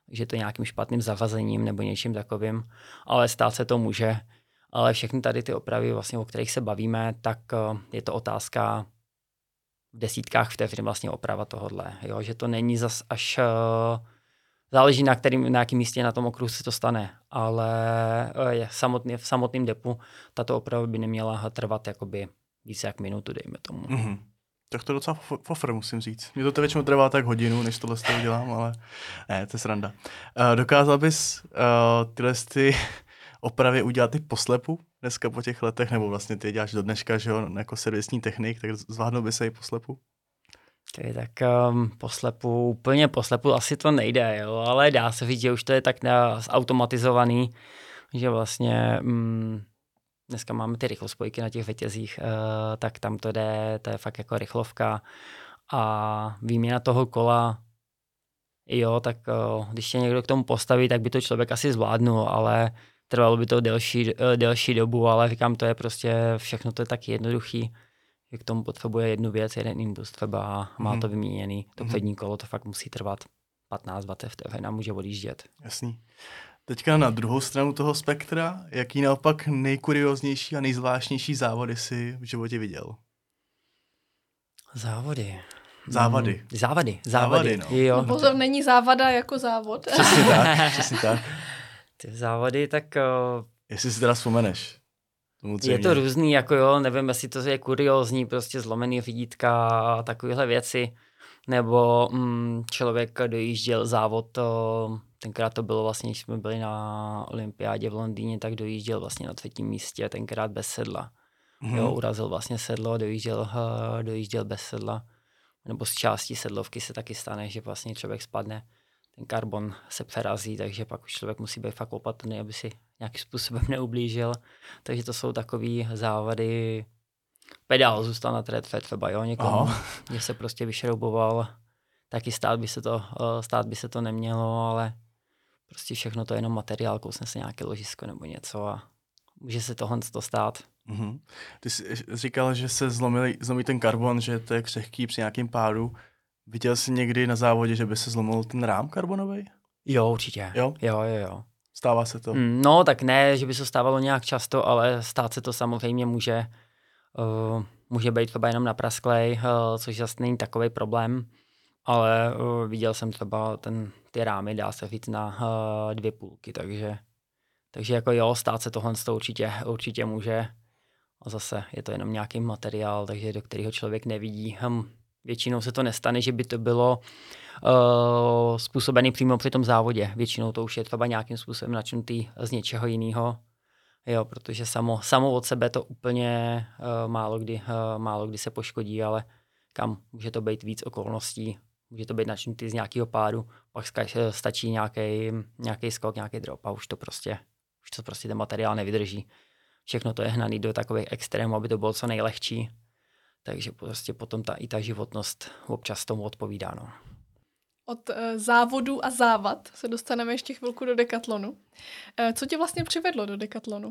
že to je nějakým špatným zafazením nebo něčím takovým, ale stát se to může. Ale všechny tady ty opravy, vlastně, o kterých se bavíme, tak je to otázka v desítkách vteřin vlastně oprava tohodle. Jo? Že to není zas až... Uh, záleží na, kterým, na jakém místě na tom okruhu se to stane, ale uh, je samotný, v samotném depu tato oprava by neměla trvat jakoby více jak minutu, dejme tomu. Mm-hmm. Tak to je docela fofr, musím říct. Mně to většinou trvá tak hodinu, než tohle s toho dělám, ale ne, to je sranda. Uh, dokázal bys uh, tyhle ty opravy udělat i poslepu dneska po těch letech, nebo vlastně ty děláš do dneška, že jo, jako servisní technik, tak zvládnul by se i poslepu? Okay, tak um, poslepu, úplně poslepu asi to nejde, jo, ale dá se říct, že už to je tak zautomatizovaný, že vlastně um, dneska máme ty rychlospojky na těch větězích, uh, tak tam to jde, to je fakt jako rychlovka a výměna toho kola, jo, tak uh, když tě někdo k tomu postaví, tak by to člověk asi zvládnul, ale trvalo by to delší, delší dobu, ale říkám, to je prostě, všechno to je tak jednoduchý, že k tomu potřebuje jednu věc, jeden imbus třeba a má mm. to vyměněný. To mm. přední kolo to fakt musí trvat patnáct dvacet vteřin a může odjíždět. Jasný. Teďka na druhou stranu toho spektra, jaký naopak nejkurióznější a nejzvláštnější závody si v životě viděl? Závody. Závady. Mm, závady. Závady, no. Jo. No pozor, není závada jako závod. Přesně tak, přesně tak. Ty závody, tak... Uh, Jestli si teda vzpomeneš. Je to různý, jako jo, nevím, jestli to je kuriózní, prostě zlomený řídítka a takovéhle věci, nebo mm, člověk dojížděl závod, to, tenkrát to bylo vlastně, když jsme byli na olympiádě v Londýně, tak dojížděl vlastně na třetím místě, tenkrát bez sedla. Mm-hmm. Jo, urazil vlastně sedlo, dojížděl, uh, dojížděl bez sedla, nebo z části sedlovky se taky stane, že vlastně člověk spadne, ten karbon se přerazí, takže pak už člověk musí být fakt opatrný, aby si nějakým způsobem neublížil. Takže to jsou takový závady. Pedál zůstal na trétve třeba, jo, někomu, že se prostě vyšrouboval. Taky stát by se to, stát by se to nemělo, ale prostě všechno to je jenom materiál, kousne se nějaké ložisko nebo něco a může se tohle to stát. Mm-hmm. Ty jsi říkal, že se zlomil, zlomí ten karbon, že to je křehký při nějakém pádu. Viděl jsi někdy na závodě, že by se zlomil ten rám karbonový? Jo, určitě. Jo? Jo, jo, jo. Stává se to? Mm, no, tak ne, že by se stávalo nějak často, ale stát se to samozřejmě může. Uh, může být třeba jenom na prasklej, uh, což zase není takový problém, ale uh, viděl jsem třeba ten, ty rámy, dá se říct, na uh, dvě půlky, takže, takže jako jo, stát se tohle to určitě, určitě může. A zase je to jenom nějaký materiál, takže do kterého člověk nevidí. Hm, většinou se to nestane, že by to bylo uh, způsobený přímo při tom závodě. Většinou to už je třeba nějakým způsobem načnutý z něčeho jiného. Jo, protože samo, samo od sebe to úplně uh, málo, kdy, uh, málo kdy se poškodí, ale kam může to být víc okolností. Může to být načnutý z nějakého pádu, pak ska- stačí nějaký skok, nějaký drop a už to prostě, už to prostě ten materiál nevydrží. Všechno to je hnaný do takových extrémů, aby to bylo co nejlehčí. Takže prostě potom ta, i ta životnost občas tomu odpovídá. No. Od e, závodu a závad se dostaneme ještě chvilku do Decathlonu. E, co tě vlastně přivedlo do Decathlonu?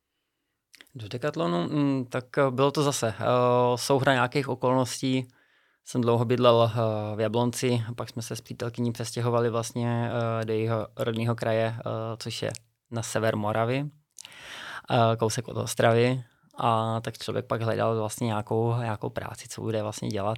Do Decathlonu? Mm, tak bylo to zase uh, souhra nějakých okolností. Jsem dlouho bydlel uh, v Jablonci, pak jsme se s přítelkyní přestěhovali vlastně uh, do jeho rodného kraje, uh, což je na sever Moravy, uh, kousek od Ostravy. A tak člověk pak hledal vlastně nějakou, nějakou práci, co bude vlastně dělat.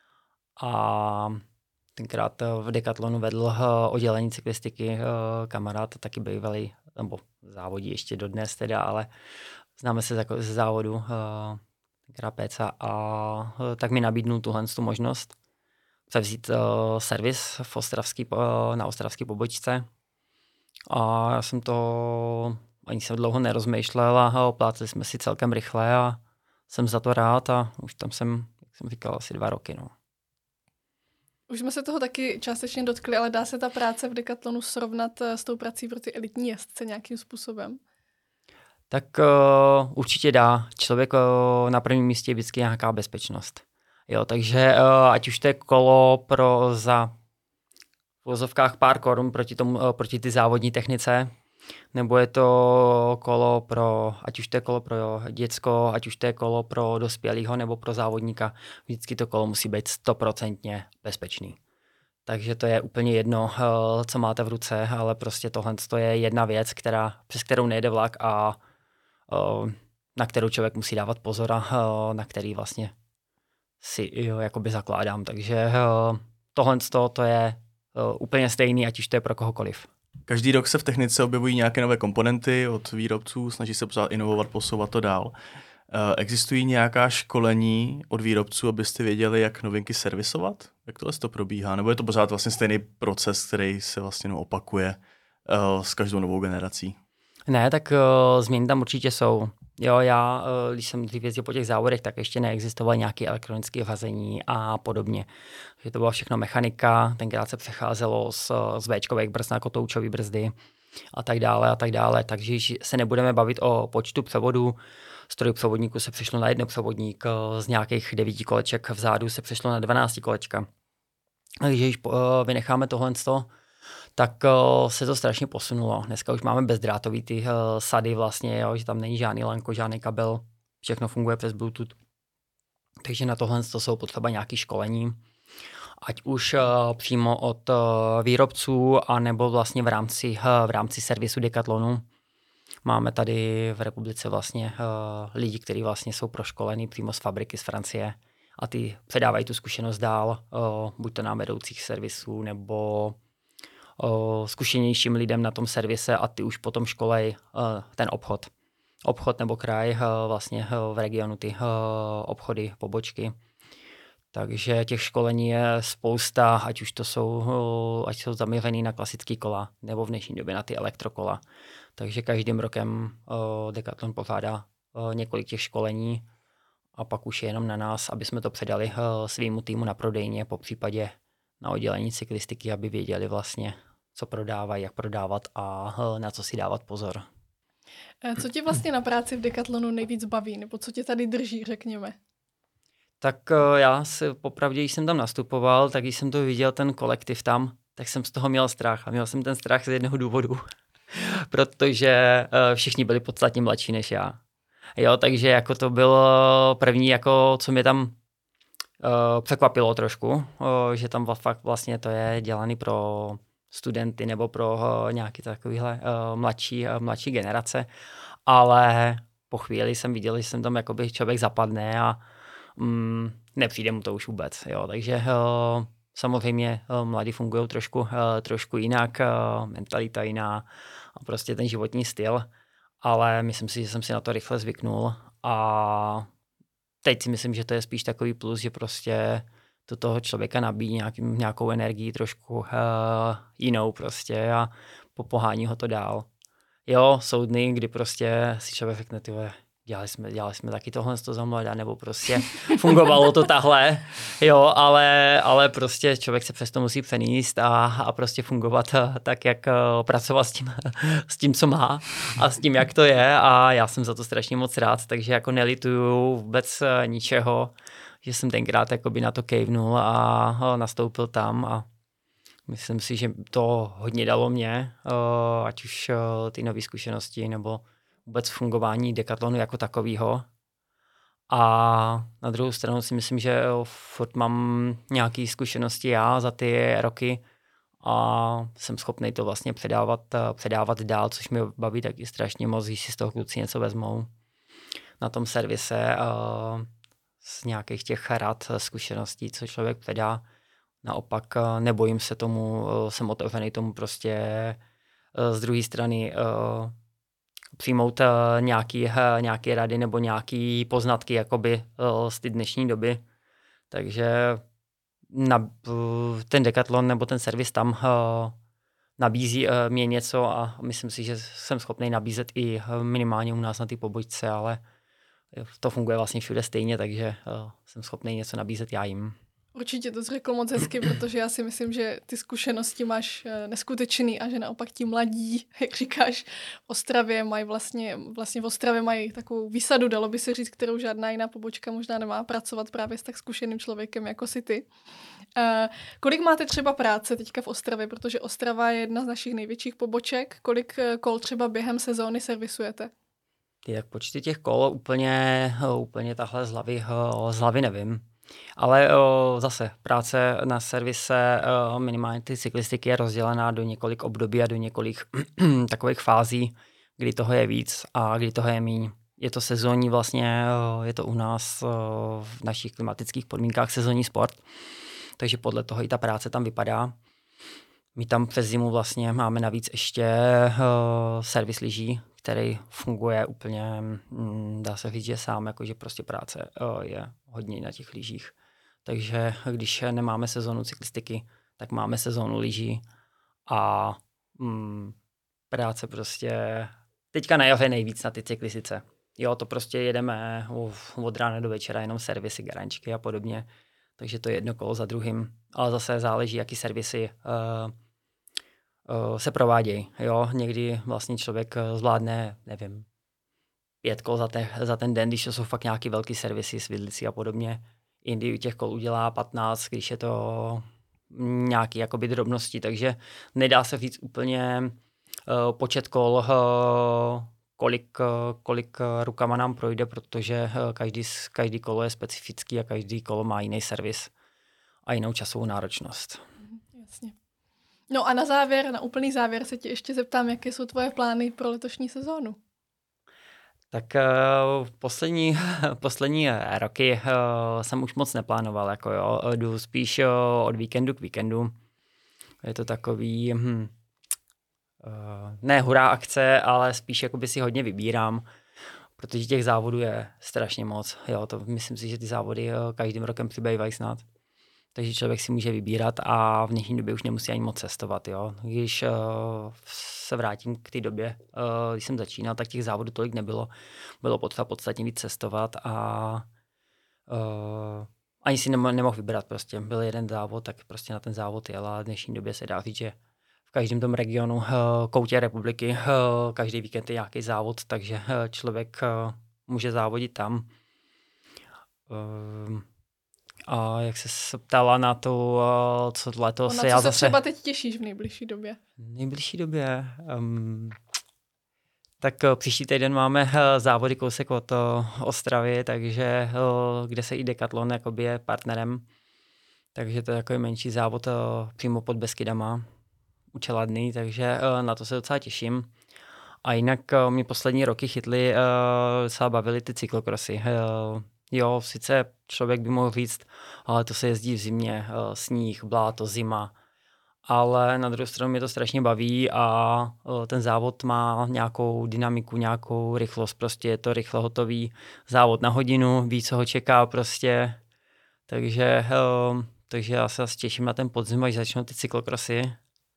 A tenkrát v Decathlonu vedl oddělení cyklistiky kamarád, taky bývalý, nebo závodí ještě dodnes teda, ale známe se ze závodu, tenkrát Péca, a tak mi nabídnul tuhle tu možnost převzít servis v ostravský, na ostravské pobočce. A já jsem to ani jsem dlouho nerozmýšlel a opláceli jsme si celkem rychle a jsem za to rád a už tam jsem, jak jsem říkal, asi dva roky. No. Už jsme se toho taky částečně dotkli, ale dá se ta práce v Decathlonu srovnat s tou prací pro ty elitní jezdce nějakým způsobem? Tak uh, určitě dá. Člověk uh, na prvním místě je vždycky nějaká bezpečnost. Jo, takže uh, ať už to je kolo pro za v vozovkách pár korun proti, tomu, uh, proti ty závodní technice, nebo je to kolo pro, ať už to je kolo pro děcko, ať už to je kolo pro dospělého nebo pro závodníka, vždycky to kolo musí být stoprocentně bezpečný. takže to je úplně jedno, co máte v ruce, ale prostě tohle to je jedna věc, která, přes kterou nejde vlak a na kterou člověk musí dávat pozor a na který vlastně si jo, jakoby zakládám. Takže tohle to je úplně stejný, ať už to je pro kohokoliv. Každý rok se v technice objevují nějaké nové komponenty od výrobců, snaží se pořád inovovat, posouvat to dál. Existují nějaká školení od výrobců, abyste věděli, jak novinky servisovat? Jak tohle to probíhá? Nebo je to pořád vlastně stejný proces, který se vlastně no, opakuje uh, s každou novou generací? Ne, tak uh, změny tam určitě jsou. Jo, já, uh, když jsem dřív jezdil po těch závodech, tak ještě neexistovalo nějaké elektronické vazení a podobně. Takže to byla všechno mechanika, tenkrát se přecházelo z, z véčkových brzd na kotoučové brzdy a tak dále a tak dále. Takže se nebudeme bavit o počtu převodů. Z trojpřevodníku se přešlo na jednopřevodník, z nějakých devíti koleček vzadu se přešlo na dvanácti kolečka. Takže když uh, vynecháme tohle, tak uh, se to strašně posunulo. Dneska už máme bezdrátový ty uh, sady vlastně, jo, že tam není žádný lanko, žádný kabel, všechno funguje přes Bluetooth. Takže na tohle to jsou potřeba nějaké školení, ať už uh, přímo od uh, výrobců, anebo vlastně v rámci, uh, v rámci servisu Decathlonu. Máme tady v republice vlastně uh, lidi, kteří vlastně jsou proškolení přímo z fabriky z Francie a ty předávají tu zkušenost dál, uh, buď to na vedoucích servisů, nebo uh, zkušenějším lidem na tom servise a ty už potom školej uh, ten obchod. Obchod nebo kraj, uh, vlastně uh, v regionu ty uh, obchody, pobočky. Takže těch školení je spousta, ať už to jsou, uh, ať jsou zaměřený na klasický kola, nebo v dnešní době na ty elektrokola. Takže každým rokem uh, Decathlon pořádá uh, několik těch školení a pak už je jenom na nás, aby jsme to předali uh, svýmu týmu na prodejně, po případě na oddělení cyklistiky, aby věděli vlastně, co prodávají, jak prodávat a uh, na co si dávat pozor. Co tě vlastně na práci v Decathlonu nejvíc baví, nebo co tě tady drží, řekněme? Tak uh, já si popravdě, když jsem tam nastupoval, tak když jsem to viděl, ten kolektiv tam, tak jsem z toho měl strach. A měl jsem ten strach z jednoho důvodu. Protože uh, všichni byli podstatně mladší než já. Jo, takže jako to bylo první, jako co mě tam uh, překvapilo trošku, uh, že tam fakt vlastně to je dělaný pro studenty nebo pro uh, nějaké takovéhle uh, mladší, uh, mladší generace, ale po chvíli jsem viděl, že jsem tam jakoby člověk zapadne a um, nepřijde mu to už vůbec. Jo, takže uh, samozřejmě uh, mladí fungují trošku, uh, trošku jinak, uh, mentalita jiná, a prostě ten životní styl, ale myslím si, že jsem si na to rychle zvyknul a teď si myslím, že to je spíš takový plus, že prostě to toho člověka nabíjí nějaký, nějakou energii trošku uh, jinou prostě a popohání ho to dál. Jo, jsou dny, kdy prostě si člověk řekne, tyhle, dělali jsme, dělali jsme taky tohle za mladá, nebo prostě fungovalo to tahle, jo, ale, ale prostě člověk se přesto musí přenést a, a prostě fungovat tak, jak pracovat s tím, s tím, co má a s tím, jak to je a já jsem za to strašně moc rád, takže jako nelituju vůbec ničeho, že jsem tenkrát jakoby na to kejvnul a nastoupil tam a myslím si, že to hodně dalo mě, ať už ty nové zkušenosti nebo vůbec fungování Decathlonu jako takového. A na druhou stranu si myslím, že furt mám nějaké zkušenosti já za ty roky a jsem schopný to vlastně předávat, předávat dál, což mě baví taky strašně moc, když si z toho kluci něco vezmou na tom servise z nějakých těch rad, zkušeností, co člověk předá. Naopak nebojím se tomu, jsem otevřený tomu prostě z druhé strany přijmout nějaký, nějaký rady nebo nějaký poznatky jakoby z ty dnešní doby. Takže na, ten Decathlon nebo ten servis tam nabízí mě něco a myslím si, že jsem schopný nabízet i minimálně u nás na té pobočce, ale to funguje vlastně všude stejně, takže jsem schopný něco nabízet já jim. Určitě to jsi řekl moc hezky, protože já si myslím, že ty zkušenosti máš neskutečný a že naopak ti mladí, jak říkáš, v Ostravě mají vlastně, vlastně v Ostravě mají takovou výsadu, dalo by se říct, kterou žádná jiná pobočka možná nemá, pracovat právě s tak zkušeným člověkem jako si ty. Uh, kolik máte třeba práce teďka v Ostravě, protože Ostrava je jedna z našich největších poboček, kolik kol třeba během sezóny servisujete? Tak počty těch kol úplně, úplně tahle z hlavy, z hlavy nevím. Ale o, zase práce na servise o, minimálně ty cyklistiky je rozdělená do několik období a do několik takových fází, kdy toho je víc a kdy toho je míň. Je to sezónní vlastně, o, je to u nás o, v našich klimatických podmínkách sezónní sport, takže podle toho i ta práce tam vypadá. My tam přes zimu vlastně máme navíc ještě o, servis lyží, který funguje úplně, m, dá se říct, že sám, jakože prostě práce o, je hodně na těch lyžích. Takže když nemáme sezónu cyklistiky, tak máme sezónu lyží a mm, práce prostě teďka na jaře nejvíc na ty cyklistice. Jo, to prostě jedeme uf, od rána do večera, jenom servisy, garančky a podobně. Takže to je jedno kolo za druhým. Ale zase záleží, jaký servisy uh, uh, se provádějí. Jo, někdy vlastně člověk zvládne, nevím, pět kol za, te, za ten den, když to jsou fakt nějaký velký servisy, svidlici a podobně. Jindy těch kol udělá patnáct, když je to nějaký jakoby drobnosti, takže nedá se říct úplně uh, počet kol, uh, kolik, uh, kolik rukama nám projde, protože uh, každý, každý kolo je specifický a každý kolo má jiný servis a jinou časovou náročnost. Jasně. No a na závěr, na úplný závěr se tě ještě zeptám, jaké jsou tvoje plány pro letošní sezónu? Tak uh, poslední, poslední roky uh, jsem už moc neplánoval, jako jo, jdu spíš uh, od víkendu k víkendu. Je to takový, hm, uh, ne hurá akce, ale spíš jakoby si hodně vybírám, protože těch závodů je strašně moc. Jo, to myslím si, že ty závody uh, každým rokem přibývají snad. Takže člověk si může vybírat a v dnešní době už nemusí ani moc cestovat. Jo. Když uh, se vrátím k té době, uh, když jsem začínal, tak těch závodů tolik nebylo. Bylo potřeba podstatně víc cestovat a uh, ani si nemo- nemohl vybrat. Prostě. Byl jeden závod, tak prostě na ten závod jel a v dnešní době se dá říct, že v každém tom regionu, uh, koutě republiky, uh, každý víkend je nějaký závod, takže uh, člověk uh, může závodit tam. Uh, A jak se ptala na to, co letos se já se zase... třeba teď těšíš v nejbližší době? V nejbližší době? Um, tak příští týden máme závody kousek od Ostravy, takže kde se i Decathlon jakoby je partnerem. Takže to je takový menší závod přímo pod Beskydama, u Čeladný, takže na to se docela těším. A jinak mě poslední roky chytly, docela bavily ty cyklokrosy. Jo, sice člověk by mohl říct, ale to se jezdí v zimě, sníh, bláto, zima, ale na druhou stranu mě to strašně baví a ten závod má nějakou dynamiku, nějakou rychlost, prostě je to rychle hotový závod na hodinu, ví, co ho čeká prostě, takže, takže já se těším na ten podzim, až začnou ty cyklokrosy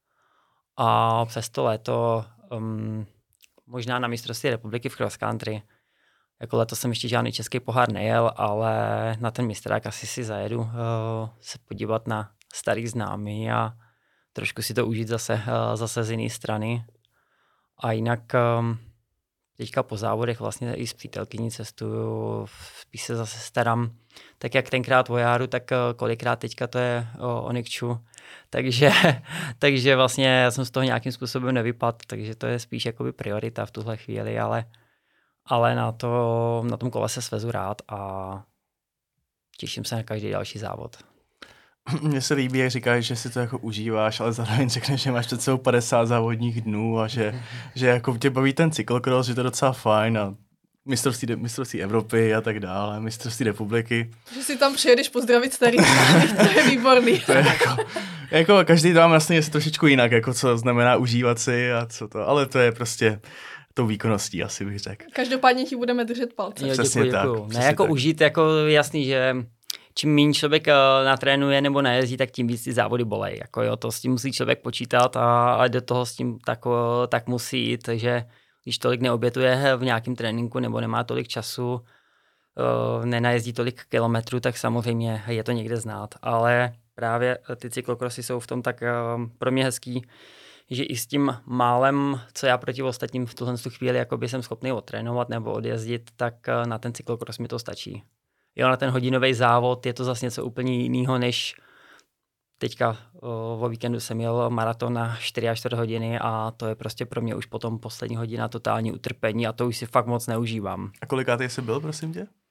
a přes to léto um, možná na mistrovství republiky v cross country. Jako letos jsem ještě žádný český pohár nejel, ale na ten mistrák asi si zajedu uh, se podívat na starý známý a trošku si to užít zase, uh, zase z jiné strany. A jinak um, teďka po závodech vlastně i s přítelkyní cestuju, spíš se zase starám, tak jak tenkrát o Járu, tak uh, kolikrát teďka to je o, o Nikču. Takže, takže vlastně já jsem z toho nějakým způsobem nevypadl, takže to je spíš jakoby priorita v tuhle chvíli, ale Ale na, to, na tom kole se svezu rád a těším se na každý další závod. Mně se líbí, jak říkáš, že si to jako užíváš, ale zároveň řekneš, že máš před sebou padesát závodních dnů a že, že jako tě baví ten cyklokros, že to je docela fajn a mistrovství, mistrovství Evropy a tak dále, mistrovství republiky. Že si tam přijedeš pozdravit starý, to je výborný. To je jako, jako každý to mám vlastně trošičku jinak, jako co znamená užívat si a co to, ale to je prostě tou výkonností, asi bych řekl. Každopádně ti budeme držet palce. Jo, přesně děkuji, tak. děkuji. Přesně ne, jako tak. užít, jako jasný, že čím méně člověk uh, natrénuje nebo nejezdí, tak tím víc ty závody bolej. Jako jo, to s tím musí člověk počítat a, a do toho s tím tak, uh, tak musí jít, takže když tolik neobětuje v nějakém tréninku nebo nemá tolik času, uh, nenajezdí tolik kilometrů, tak samozřejmě je to někde znát. Ale právě ty cyklokrosy jsou v tom tak uh, pro mě hezký, že i s tím málem, co já proti ostatním v tuhle chvíli jakoby jsem schopný odtrénovat nebo odjezdit, tak na ten cyklokros mi to stačí. Jo, na ten hodinový závod je to zase něco úplně jiného, než teďka o, o víkendu jsem jel maraton na čtyři a čtvrt hodiny a to je prostě pro mě už potom poslední hodina totální utrpení a to už si fakt moc neužívám. A kolikátý jsi byl, prosím tě?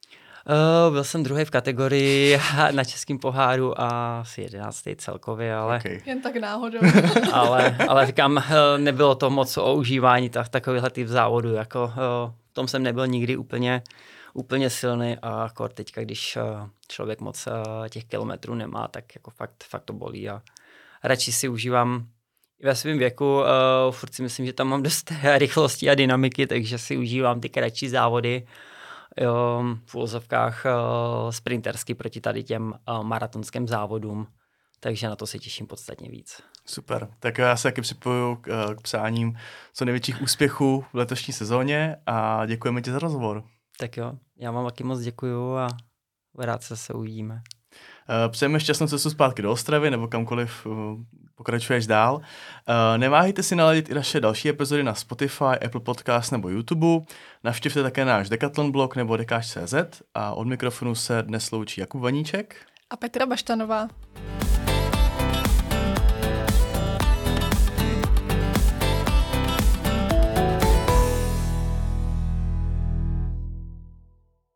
Uh, byl jsem druhý v kategorii na českém poháru a asi jedenáctý celkově, ale, Okay. Jen tak náhodou. ale, ale říkám, nebylo to moc o užívání tak, takovýhle typ závodu. Jako, uh, v tom jsem nebyl nikdy úplně, úplně silný a akor teďka, když uh, člověk moc uh, těch kilometrů nemá, tak jako fakt, fakt to bolí a radši si užívám ve svém věku. Uh, furt si myslím, že tam mám dost rychlosti a dynamiky, takže si užívám ty kratší závody. Jo, v úvozovkách uh, sprintersky proti tady těm uh, maratonským závodům, takže na to se těším podstatně víc. Super, tak já se taky připoju k, k přáním co největších úspěchů v letošní sezóně a děkujeme ti za rozhovor. Tak jo, já vám taky moc děkuju a rád se se uvidíme. Přejeme šťastnou cestu zpátky do Ostravy nebo kamkoliv pokračuješ dál. Neváhejte si naladit i naše další epizody na Spotify, Apple Podcast nebo YouTube. Navštivte také náš Decathlon blog nebo dekáč tečka cé zet a od mikrofonu se dnes loučí Jakub Vaníček A Petra Baštanová.